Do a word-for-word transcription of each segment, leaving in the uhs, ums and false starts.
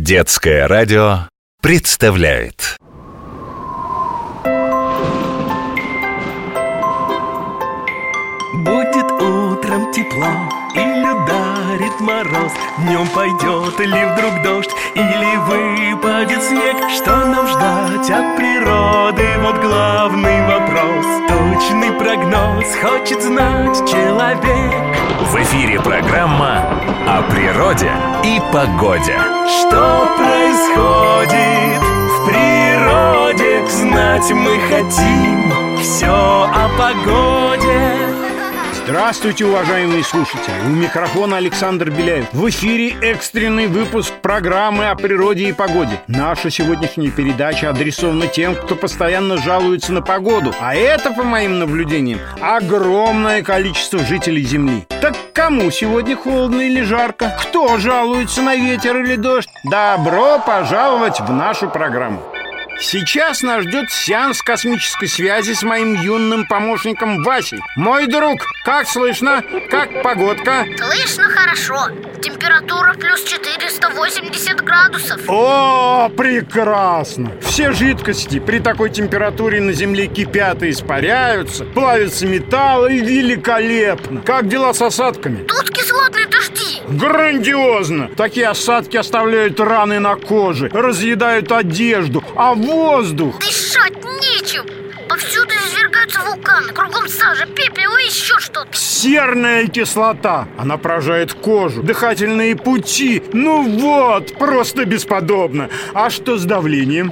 Детское радио представляет. Будет утром тепло или ударит мороз, днем пойдет или вдруг дождь, или выпадет снег. Что нам ждать от природы? Вот главный вопрос. Точный прогноз хочет знать человек. В эфире программа о природе и погоде. Что происходит в природе? Знать мы хотим все о погоде. Здравствуйте, уважаемые слушатели! У микрофона Александр Беляев. В эфире экстренный выпуск программы о природе и погоде. Наша сегодняшняя передача адресована тем, кто постоянно жалуется на погоду. А это, по моим наблюдениям, огромное количество жителей Земли. Так кому сегодня холодно или жарко? Кто жалуется на ветер или дождь? Добро пожаловать в нашу программу! Сейчас нас ждет сеанс космической связи с моим юным помощником Васей. Мой друг, как слышно? Как погодка? Слышно хорошо. Температура плюс четыреста восемьдесят градусов. О, прекрасно! Все жидкости при такой температуре на Земле кипят и испаряются. Плавятся металлы, и великолепно. Как дела с осадками? Тут кислотные дожди. Грандиозно! Такие осадки оставляют раны на коже, разъедают одежду, а воздух... Дышать нечем. Повсюду извергаются вулканы. Кругом сажа, пепел и еще что-то. Серная кислота. Она поражает кожу, дыхательные пути. Ну вот, просто бесподобно. А что с давлением?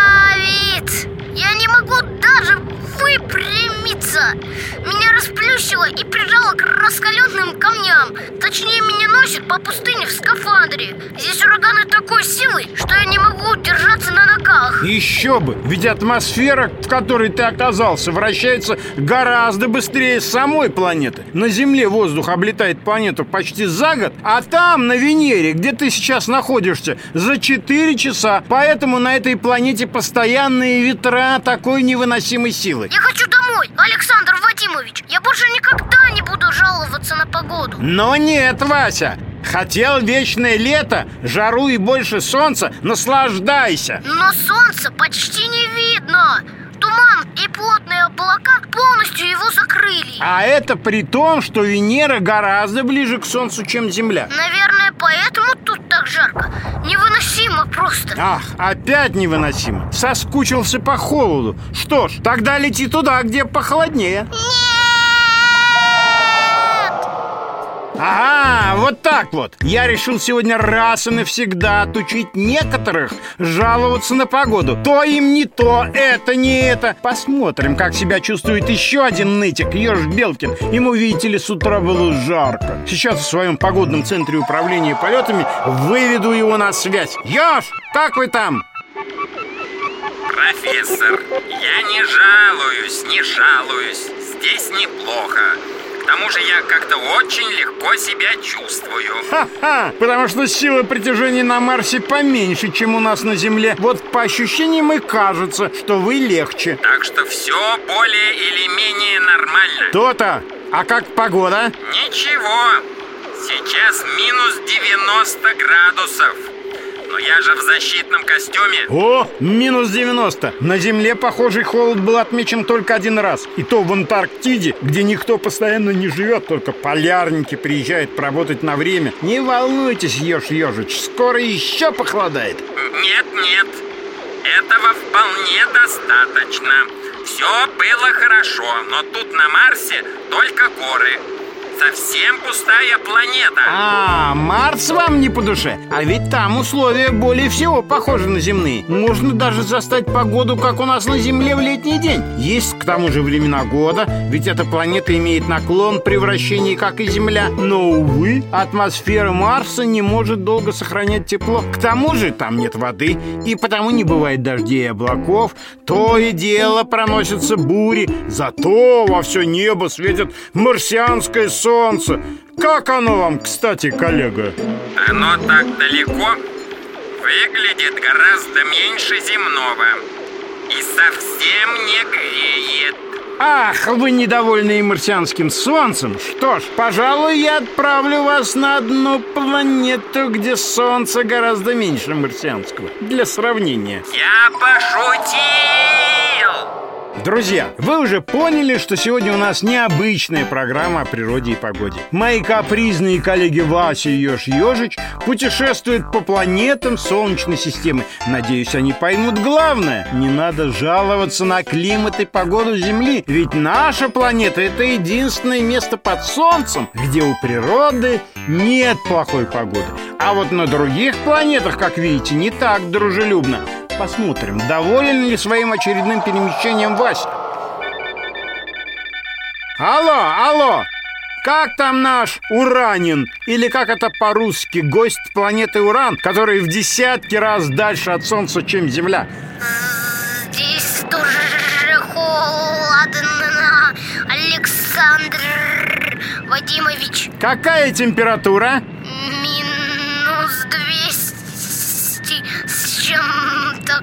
Давид! Я не могу даже выпрямиться. Меня расплющило и прижало к раскаленным камням. Точнее, меня носит по пустыне в скафандре. Здесь ураганы такой силы, что я не могу держаться на ногах. Еще бы, ведь атмосфера, в которой ты оказался, вращается гораздо быстрее самой планеты. На Земле воздух облетает планету почти за год, а там, на Венере, где ты сейчас находишься, за четыре часа. Поэтому на этой планете постоянные ветра такой невыносимой силы. Я хочу домой, Александр Вадимович. Я больше никогда не буду жаловаться на погоду. Но нет, Вася. Хотел вечное лето, жару и больше солнца, наслаждайся. Но солнца почти не видно. Туман и плотные облака полностью его закрыли. А это при том, что Венера гораздо ближе к Солнцу, чем Земля. Наверное, поэтому тут так жарко. Невыносимо просто. Ах, опять невыносимо. Соскучился по холоду. Что ж, тогда лети туда, где похолоднее. Ага, вот так вот. Я решил сегодня раз и навсегда отучить некоторых жаловаться на погоду. То им не то, это не это. Посмотрим, как себя чувствует еще один нытик, Ёж Белкин. Ему, видите ли, с утра было жарко. Сейчас в своем погодном центре управления полетами выведу его на связь. Ёж, как вы там? Профессор, я не жалуюсь, не жалуюсь. Здесь неплохо. К тому же я как-то очень легко себя чувствую. Ха-ха, потому что сила притяжения на Марсе поменьше, чем у нас на Земле. Вот по ощущениям и кажется, что вы легче. Так что все более или менее нормально. То-то. А как погода? Ничего. Сейчас минус девяносто градусов. Но я же в защитном костюме. О, минус девяносто. На Земле похожий холод был отмечен только один раз. И то в Антарктиде, где никто постоянно не живет, только полярники приезжают поработать на время. Не волнуйтесь, Ёж Ёжич, скоро еще похолодает. Нет, нет, этого вполне достаточно. Все было хорошо, но тут на Марсе только горы. Совсем пустая планета. А, Марс вам не по душе? А ведь там условия более всего похожи на земные. Можно даже застать погоду, как у нас на Земле в летний день. Есть к тому же времена года, ведь эта планета имеет наклон при вращении, как и Земля. Но, увы, атмосфера Марса не может долго сохранять тепло. К тому же там нет воды, и потому не бывает дождей и облаков. То и дело проносятся бури. Зато во все небо светит марсианское солнце. Солнце. Как оно вам, кстати, коллега? Оно так далеко, выглядит гораздо меньше земного и совсем не греет. Ах, вы недовольны марсианским солнцем? Что ж, пожалуй, я отправлю вас на одну планету, где солнце гораздо меньше марсианского. Для сравнения. Я пошутил! Друзья, вы уже поняли, что сегодня у нас необычная программа о природе и погоде. Мои капризные коллеги Вася и Ёж-Ёжич путешествуют по планетам Солнечной системы. Надеюсь, они поймут главное. Не надо жаловаться на климат и погоду Земли. Ведь наша планета – это единственное место под Солнцем, где у природы нет плохой погоды. А вот на других планетах, как видите, не так дружелюбно. Посмотрим, доволен ли своим очередным перемещением Вася. Алло, алло! Как там наш Уранин? Или как это по-русски, гость планеты Уран, который в десятки раз дальше от Солнца, чем Земля? Здесь тоже холодно, Александр Вадимович. Какая температура? Минус двести с чем-то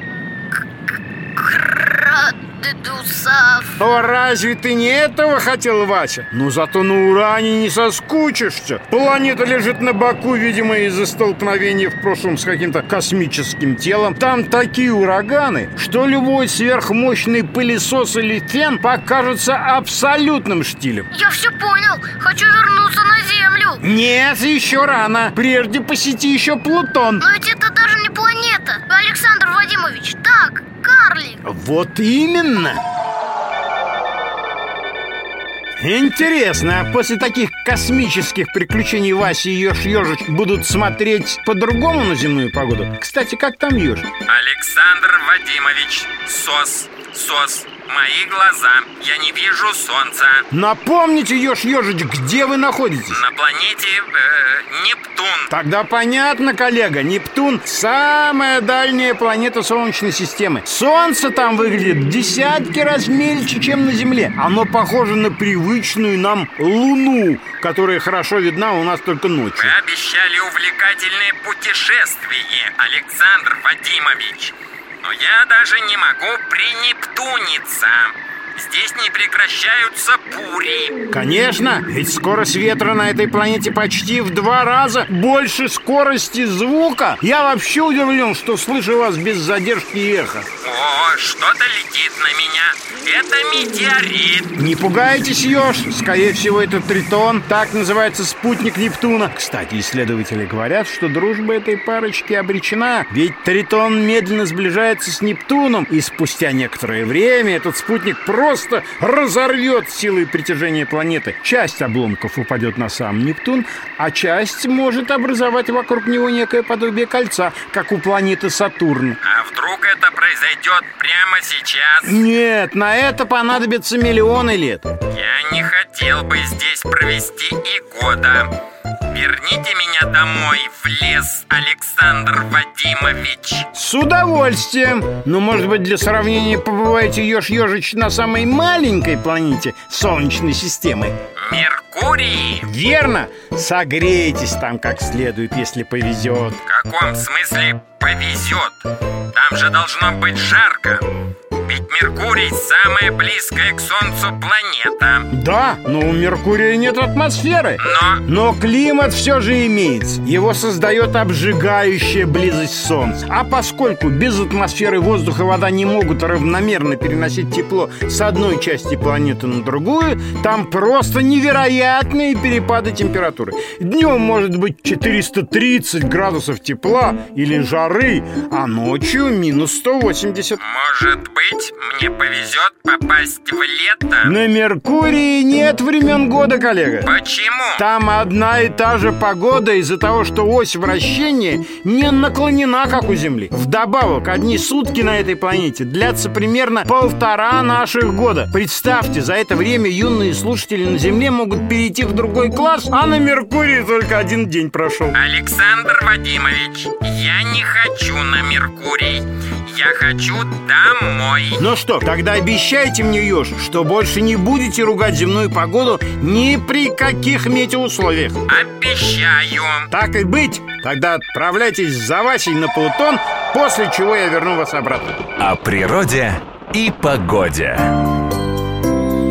градусов. О, разве ты не этого хотел, Вася? Ну зато на Уране не соскучишься. Планета лежит на боку, видимо, из-за столкновения в прошлом с каким-то космическим телом. Там такие ураганы, что любой сверхмощный пылесос или фен покажется абсолютным штилем. Я все понял. Хочу вернуться на Землю. Нет, еще рано. Прежде посети еще Плутон. Но ведь это даже не планета, Александр Вадимович. Так, карлик. Вот именно. Интересно, а после таких космических приключений Вася и Ёж-Ёжич будут смотреть по-другому на земную погоду? Кстати, как там Ёж? Александр Вадимович, сос, сос, мои глаза, я не вижу солнца. Напомните, Ёж-Ёжич, где вы находитесь? На планете э, Нептун. Тогда понятно, коллега, Нептун – самая дальняя планета Солнечной системы. Солнце там выглядит в десятки раз мельче, чем на Земле. Оно похоже на привычную нам Луну, которая хорошо видна у нас только ночью. Вы обещали увлекательное путешествие, Александр Вадимович. Но я даже не могу принептуниться. Здесь не прекращаются бури. Конечно, ведь скорость ветра на этой планете почти в два раза больше скорости звука. Я вообще удивлен, что слышу вас без задержки и эха. О, что-то летит на меня. Это метеорит. Не пугайтесь, Ёж. Скорее всего, это Тритон. Так называется спутник Нептуна. Кстати, исследователи говорят, что дружба этой парочки обречена. Ведь Тритон медленно сближается с Нептуном. И спустя некоторое время этот спутник просто разорвет силой притяжения планеты. Часть обломков упадет на сам Нептун, а часть может образовать вокруг него некое подобие кольца, как у планеты Сатурн. А вдруг это произойдет прямо сейчас? Нет, на это понадобится миллионы лет. Я не хотел бы здесь провести и года. Верните меня домой, в лес, Александр Вадимович. С удовольствием. Но, может быть, для сравнения побываете, Ёж-Ёжич, на самой маленькой планете Солнечной системы? Меркурий? Верно. Согрейтесь там как следует, если повезет. В каком смысле повезет? Там же должно быть жарко. Ведь Меркурий самая близкая к Солнцу планета. Да, но у Меркурия нет атмосферы. Но... Но климат все же имеется. Его создает обжигающая близость Солнца. А поскольку без атмосферы воздух и вода не могут равномерно переносить тепло с одной части планеты на другую, там просто невероятные перепады температуры. Днем может быть четыреста тридцать градусов тепла или жары, а ночью минус сто восемьдесят. Может быть, мне повезет попасть в лето? На Меркурии нет времен года, коллега. Почему? Там одна и та же погода из-за того, что ось вращения не наклонена, как у Земли. Вдобавок, одни сутки на этой планете длятся примерно полтора наших года. Представьте, за это время юные слушатели на Земле могут перейти в другой класс, а на Меркурии только один день прошел. Александр Вадимович, я не хочу на Меркурий. Я хочу домой. Ну что, тогда обещайте мне, Ёж, что больше не будете ругать земную погоду ни при каких метеоусловиях. Обещаю. Так и быть, тогда отправляйтесь за Васей на Плутон, после чего я верну вас обратно. О природе и погоде.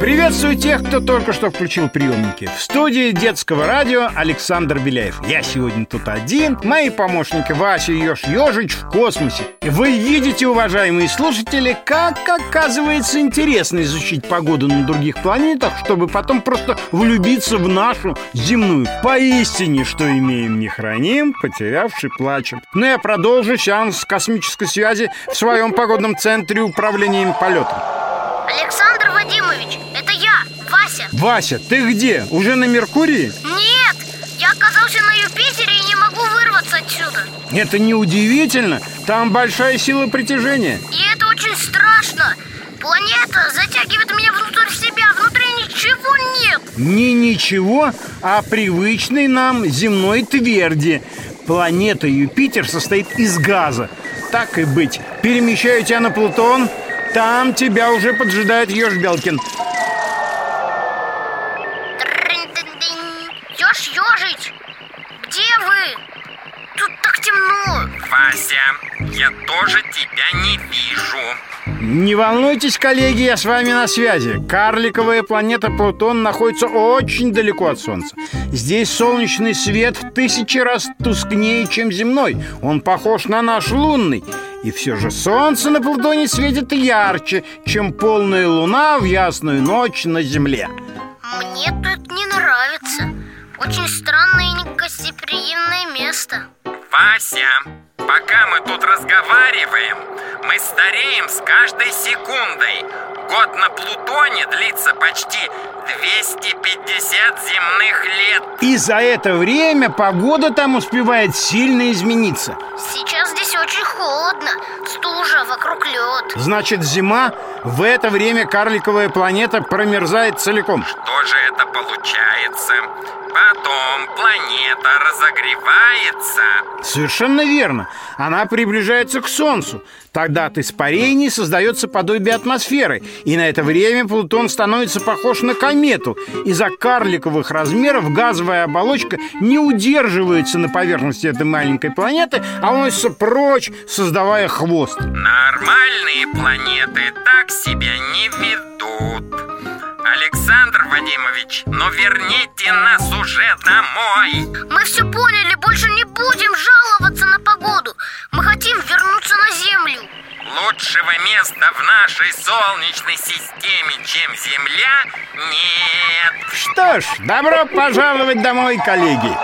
Приветствую тех, кто только что включил приемники. В студии детского радио Александр Беляев. Я сегодня тут один. Мои помощники Вася и Ёж Ёжич в космосе. Вы видите, уважаемые слушатели, как, оказывается, интересно изучить погоду на других планетах, чтобы потом просто влюбиться в нашу земную. Поистине, что имеем, не храним, потерявши плачем. Но я продолжу сеанс космической связи в своем погодном центре управления полетом. Александр Вадимович, это я, Вася. Вася, ты где? Уже на Меркурии? Нет, я оказался на Юпитере и не могу вырваться отсюда. Это неудивительно, там большая сила притяжения. И это очень страшно. Планета затягивает меня внутрь себя, внутри ничего нет. Не ничего, а привычной нам земной тверди. Планета Юпитер состоит из газа. Так и быть, перемещаю тебя на Плутон. Там тебя уже поджидает Ёж Белкин. Ёж Ёжич, где вы? Тут так темно. Вася, я тоже тебя не вижу. Не волнуйтесь, коллеги, я с вами на связи. Карликовая планета Плутон находится очень далеко от Солнца. Здесь солнечный свет в тысячи раз тускнее, чем земной. Он похож на наш лунный. И все же Солнце на Плутоне светит ярче, чем полная луна в ясную ночь на Земле. Мне тут не нравится. Очень странное и негостеприимное место. Вася, пока мы тут разговариваем, мы стареем с каждой секундой. Год на Плутоне длится почти двести пятьдесят земных лет. И за это время погода там успевает сильно измениться. Сейчас здесь очень холодно. Стужа, вокруг лед. Значит, зима. В это время карликовая планета промерзает целиком. Что же это получается? Потом планета разогревается. Совершенно верно. Она приближается к Солнцу. Тогда от испарений создается подобие атмосферы. И на это время Плутон становится похож на комету. Из-за карликовых размеров газовая оболочка не удерживается на поверхности этой маленькой планеты, а уносится прочь, создавая хвост. Нормальные планеты так себя не ведут. Александр Вадимович, ну верните нас уже домой. Мы все поняли, больше не будем жаловаться на погоду. Мы хотим вернуться на Землю. Лучшего места в нашей Солнечной системе, чем Земля, нет. Что ж, добро пожаловать домой, коллеги.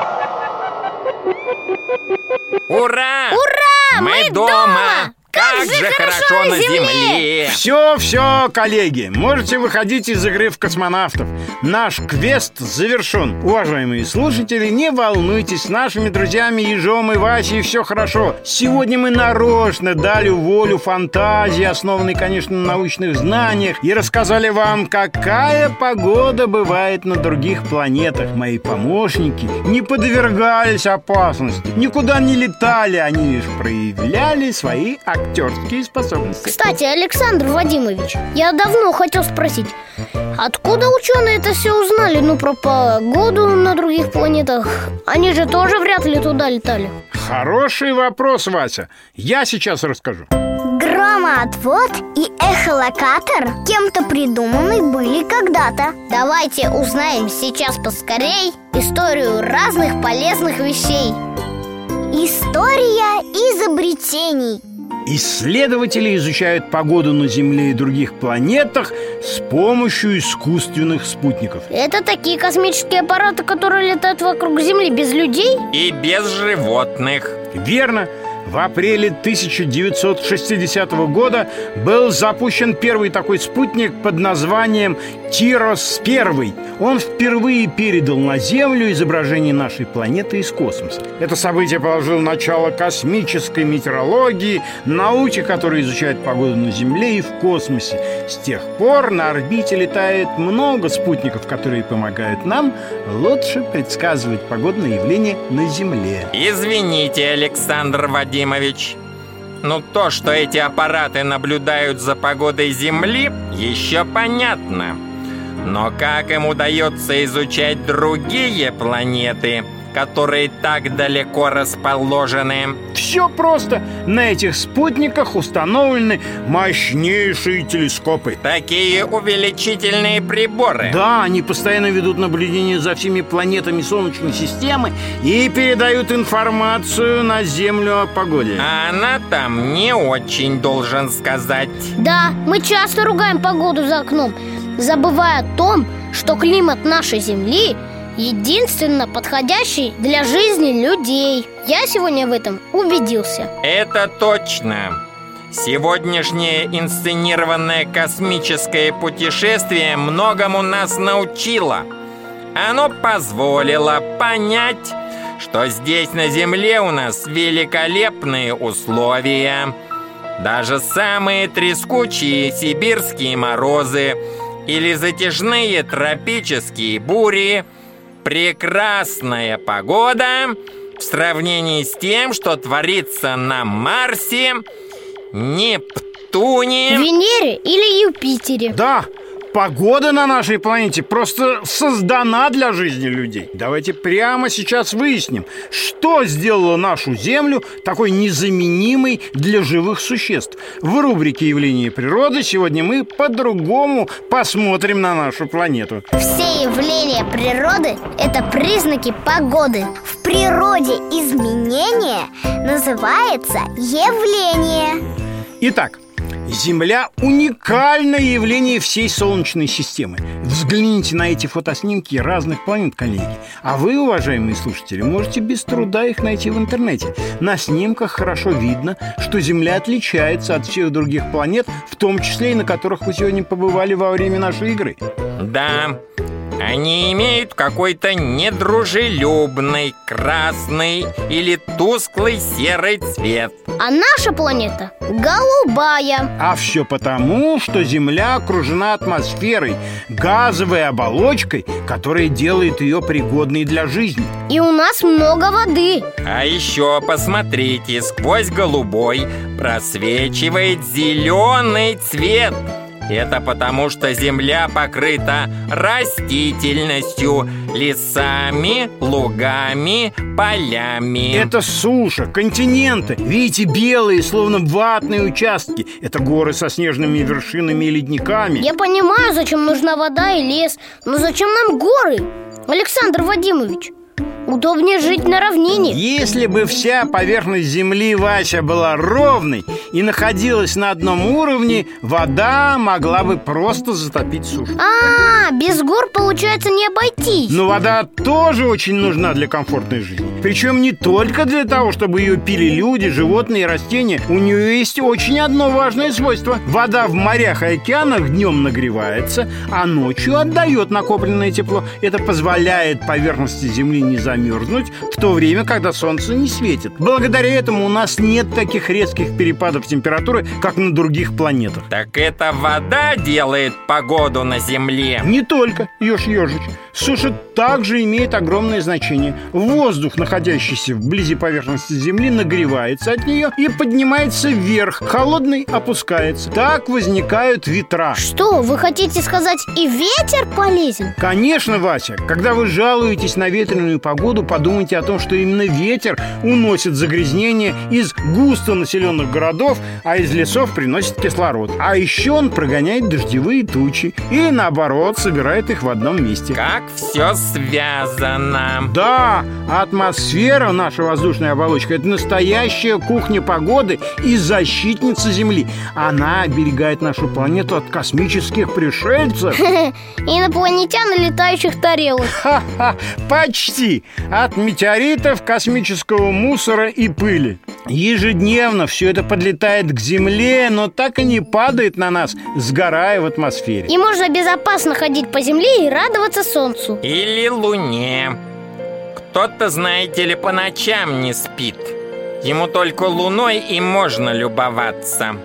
Ура! Ура! Мы, мы дома! дома! Как, как же хорошо на земле! Все, все, коллеги, можете выходить из игры в космонавтов. Наш квест завершен. Уважаемые слушатели, не волнуйтесь, с нашими друзьями Ежом и Васей все хорошо. Сегодня мы нарочно дали волю фантазии, основанной, конечно, на научных знаниях, и рассказали вам, какая погода бывает на других планетах. Мои помощники не подвергались опасности, никуда не летали, они лишь проявляли свои актерские способности. Кстати, Александр Вадимович, я давно хотел спросить, откуда ученые это все узнали? Ну, про погоду на других планетах. Они же тоже вряд ли туда летали. Хороший вопрос, Вася. Я сейчас расскажу. Громоотвод и эхолокатор кем-то придуманы были когда-то. Давайте узнаем сейчас поскорей историю разных полезных вещей. История изобретений. Исследователи изучают погоду на Земле и других планетах с помощью искусственных спутников. Это такие космические аппараты, которые летают вокруг Земли без людей? И без животных. Верно. В апреле тысяча девятьсот шестидесятого года был запущен первый такой спутник под названием Тирос один. Он впервые передал на Землю изображение нашей планеты из космоса. Это событие положило начало космической метеорологии, науке, которая изучает погоду на Земле и в космосе. С тех пор на орбите летает много спутников, которые помогают нам лучше предсказывать погодные явления на Земле. Извините, Александр Вадимович, но то, что эти аппараты наблюдают за погодой Земли, еще понятно. Но как им удается изучать другие планеты, которые так далеко расположены? Все просто. На этих спутниках установлены мощнейшие телескопы. Такие увеличительные приборы. Да, они постоянно ведут наблюдение за всеми планетами Солнечной системы и передают информацию на Землю о погоде. А она там не очень, должен сказать. Да, мы часто ругаем погоду за окном, забывая о том, что климат нашей Земли единственно подходящий для жизни людей. Я сегодня в этом убедился. Это точно. Сегодняшнее инсценированное космическое путешествие многому нас научило. Оно позволило понять, что здесь на Земле у нас великолепные условия. Даже самые трескучие сибирские морозы или затяжные тропические бури – прекрасная погода в сравнении с тем, что творится на Марсе, Нептуне, Венере или Юпитере. Да, погода на нашей планете просто создана для жизни людей. Давайте прямо сейчас выясним, что сделало нашу Землю такой незаменимой для живых существ. В рубрике «Явления природы» сегодня мы по-другому посмотрим на нашу планету. Все явления природы – это признаки погоды. В природе изменение называется явление. Итак, Земля – уникальное явление всей Солнечной системы. Взгляните на эти фотоснимки разных планет, коллеги. А вы, уважаемые слушатели, можете без труда их найти в интернете. На снимках хорошо видно, что Земля отличается от всех других планет, в том числе и на которых вы сегодня побывали во время нашей игры. Да, они имеют какой-то недружелюбный, красный или тусклый серый цвет. А наша планета голубая. А все потому, что Земля окружена атмосферой, газовой оболочкой, которая делает ее пригодной для жизни. И у нас много воды. А еще посмотрите, сквозь голубой просвечивает зеленый цвет. Это потому, что Земля покрыта растительностью, лесами, лугами, полями. Это суша, континенты. Видите, белые, словно ватные участки. Это горы со снежными вершинами и ледниками. Я понимаю, зачем нужна вода и лес, но зачем нам горы? Александр Вадимович, удобнее жить на равнине. Если бы вся поверхность Земли, Вася, была ровной и находилась на одном уровне, вода могла бы просто затопить сушу. А, без гор, получается, не обойтись. Но вода тоже очень нужна для комфортной жизни. Причем не только для того, чтобы ее пили люди, животные и растения. У нее есть очень одно важное свойство. Вода в морях и океанах днем нагревается, а ночью отдает накопленное тепло. Это позволяет поверхности Земли не замерзнуть в то время, когда солнце не светит. Благодаря этому у нас нет таких резких перепадов температуры, как на других планетах. Так это вода делает погоду на Земле? Не только, Ёж-Ёжич. Суша также имеет огромное значение. Воздух, находящийся вблизи поверхности Земли, нагревается от нее и поднимается вверх. Холодный опускается. Так возникают ветра. Что, вы хотите сказать, и ветер полезен? Конечно, Вася. Когда вы жалуетесь на ветреную погоду, подумайте о том, что именно ветер уносит загрязнение из густонаселенных городов, а из лесов приносит кислород. А еще он прогоняет дождевые тучи и, наоборот, собирает их в одном месте. Как все связано. Да, атмосфера, наша воздушная оболочка, это настоящая кухня погоды и защитница Земли. Она оберегает нашу планету от космических пришельцев. Инопланетян и летающих тарелок. Ха-ха, почти. От метеоритов, космического мусора и пыли. Ежедневно все это подлетает к Земле, но так и не падает на нас, сгорая в атмосфере. И можно безопасно ходить по Земле и радоваться солнцу. Или Луне. Кто-то, знаете ли, по ночам не спит. Ему только Луной и можно любоваться.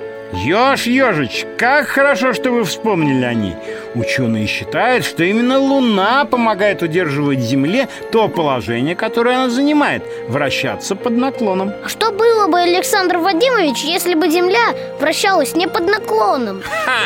Ёж-Ёжич, как хорошо, что вы вспомнили о ней. Ученые считают, что именно Луна помогает удерживать Земле то положение, которое она занимает – вращаться под наклоном. Что было бы, Александр Вадимович, если бы Земля вращалась не под наклоном? Ха!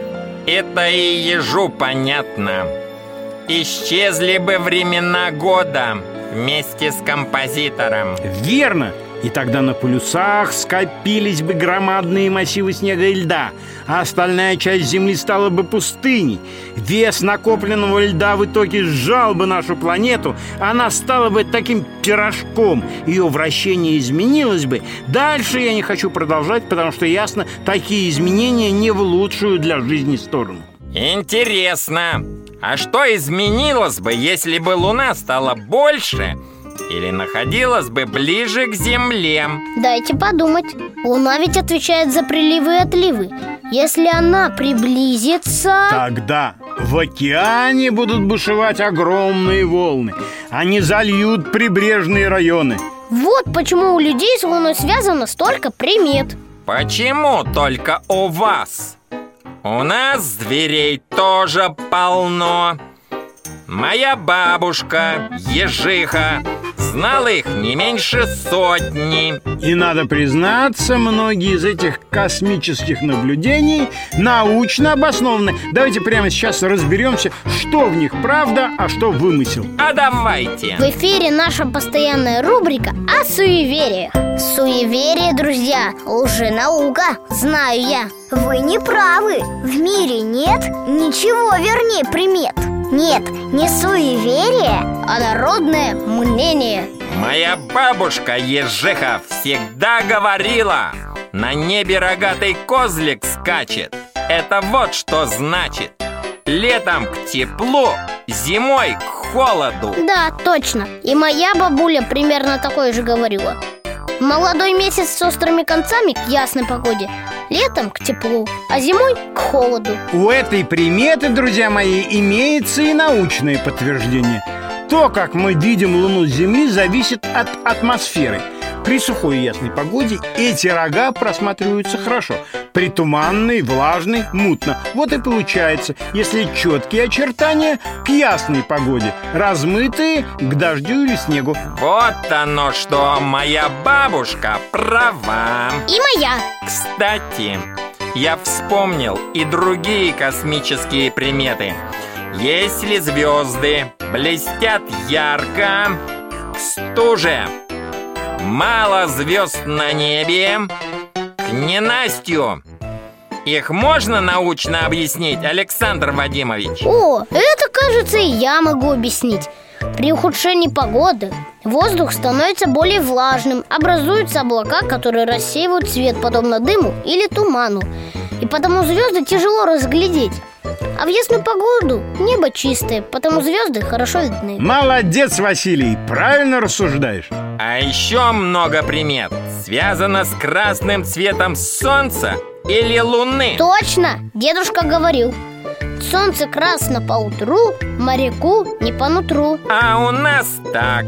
Это и ежу понятно. Исчезли бы времена года. вместе с композитором. Верно! И тогда на полюсах скопились бы громадные массивы снега и льда, а остальная часть Земли стала бы пустыней. Вес накопленного льда в итоге сжал бы нашу планету, она стала бы таким пирожком, ее вращение изменилось бы. Дальше я не хочу продолжать, потому что ясно, такие изменения не в лучшую для жизни сторону. Интересно, а что изменилось бы, если бы Луна стала больше или находилась бы ближе к Земле? Дайте подумать. Луна ведь отвечает за приливы и отливы. Если она приблизится... Тогда в океане будут бушевать огромные волны. Они зальют прибрежные районы. Вот почему у людей с Луной связано столько примет. Почему только у вас? У нас зверей тоже полно. Моя бабушка, ежиха, знала их не меньше сотни. И надо признаться, многие из этих космических наблюдений научно обоснованы. Давайте прямо сейчас разберемся, что в них правда, а что вымысел. А давайте. В эфире наша постоянная рубрика о суевериях. Суеверие, друзья, лженаука, знаю я. Вы не правы. В мире нет ничего вернее примет. Нет, не суеверие, а народное мнение. Моя бабушка ежиха всегда говорила: на небе рогатый козлик скачет. Это вот что значит: летом к теплу, зимой к холоду. Да, точно. И моя бабуля примерно такое же говорила. Молодой месяц с острыми концами к ясной погоде, летом к теплу, а зимой к холоду. У этой приметы, друзья мои, имеется и научное подтверждение. То, как мы видим Луну с Земли, зависит от атмосферы. При сухой и ясной погоде эти рога просматриваются хорошо. При туманной, влажной, мутно. Вот и получается, если четкие очертания к ясной погоде, размытые к дождю или снегу. Вот оно что, моя бабушка права. И моя. Кстати, я вспомнил и другие космические приметы. Если звезды блестят ярко, к стуже. Мало звезд на небе, к ненастью. Их можно научно объяснить, Александр Вадимович? О, это, кажется, и я могу объяснить. При ухудшении погоды воздух становится более влажным, образуются облака, которые рассеивают свет, подобно дыму или туману. И потому звезды тяжело разглядеть. А в ясную погоду небо чистое, потому звезды хорошо видны. Молодец, Василий, правильно рассуждаешь. А еще много примет связано с красным цветом солнца или луны. Точно, дедушка говорил: солнце красно поутру, моряку не по нутру. А у нас так: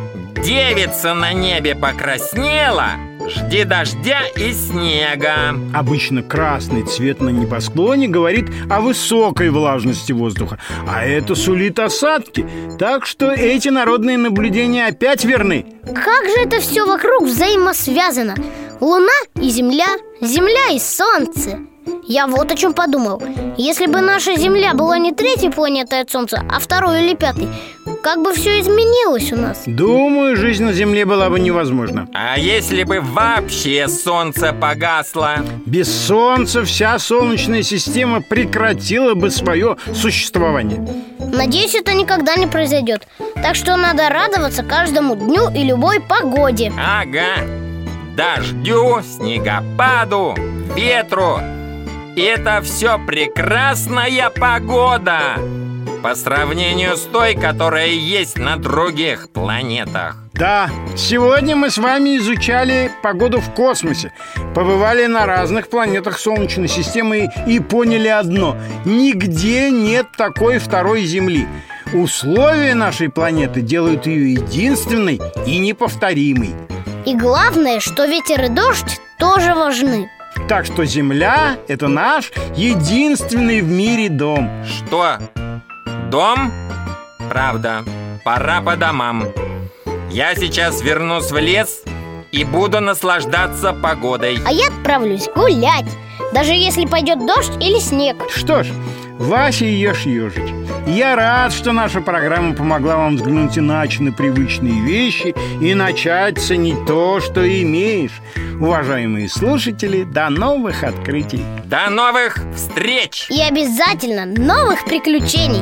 девица на небе покраснела, жди дождя и снега. Обычно красный цвет на небосклоне говорит о высокой влажности воздуха, а это сулит осадки. Так что эти народные наблюдения опять верны. Как же это все вокруг взаимосвязано? Луна и Земля, Земля и Солнце. Я вот о чем подумал. Если бы наша Земля была не третьей планетой от Солнца, а второй или пятой, как бы все изменилось у нас? Думаю, жизнь на Земле была бы невозможна. А если бы вообще Солнце погасло? Без Солнца вся Солнечная система прекратила бы свое существование. Надеюсь, это никогда не произойдет. Так что надо радоваться каждому дню и любой погоде. Ага. Дождю, снегопаду, ветру. И это все прекрасная погода по сравнению с той, которая есть на других планетах. Да, сегодня мы с вами изучали погоду в космосе. Побывали на разных планетах Солнечной системы и поняли одно: нигде нет такой второй Земли. Условия нашей планеты делают ее единственной и неповторимой. И главное, что ветер и дождь тоже важны. Так что Земля – это наш единственный в мире дом. Что? Дом? Правда, пора по домам. Я сейчас вернусь в лес и буду наслаждаться погодой. А я отправлюсь гулять, даже если пойдет дождь или снег. Что ж, Вася и Ешь Ежич. Я рад, что наша программа помогла вам взглянуть иначе на привычные вещи и начать ценить то, что имеешь. Уважаемые слушатели, до новых открытий. До новых встреч! И обязательно новых приключений.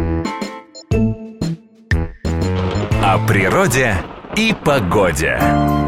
О природе и погоде.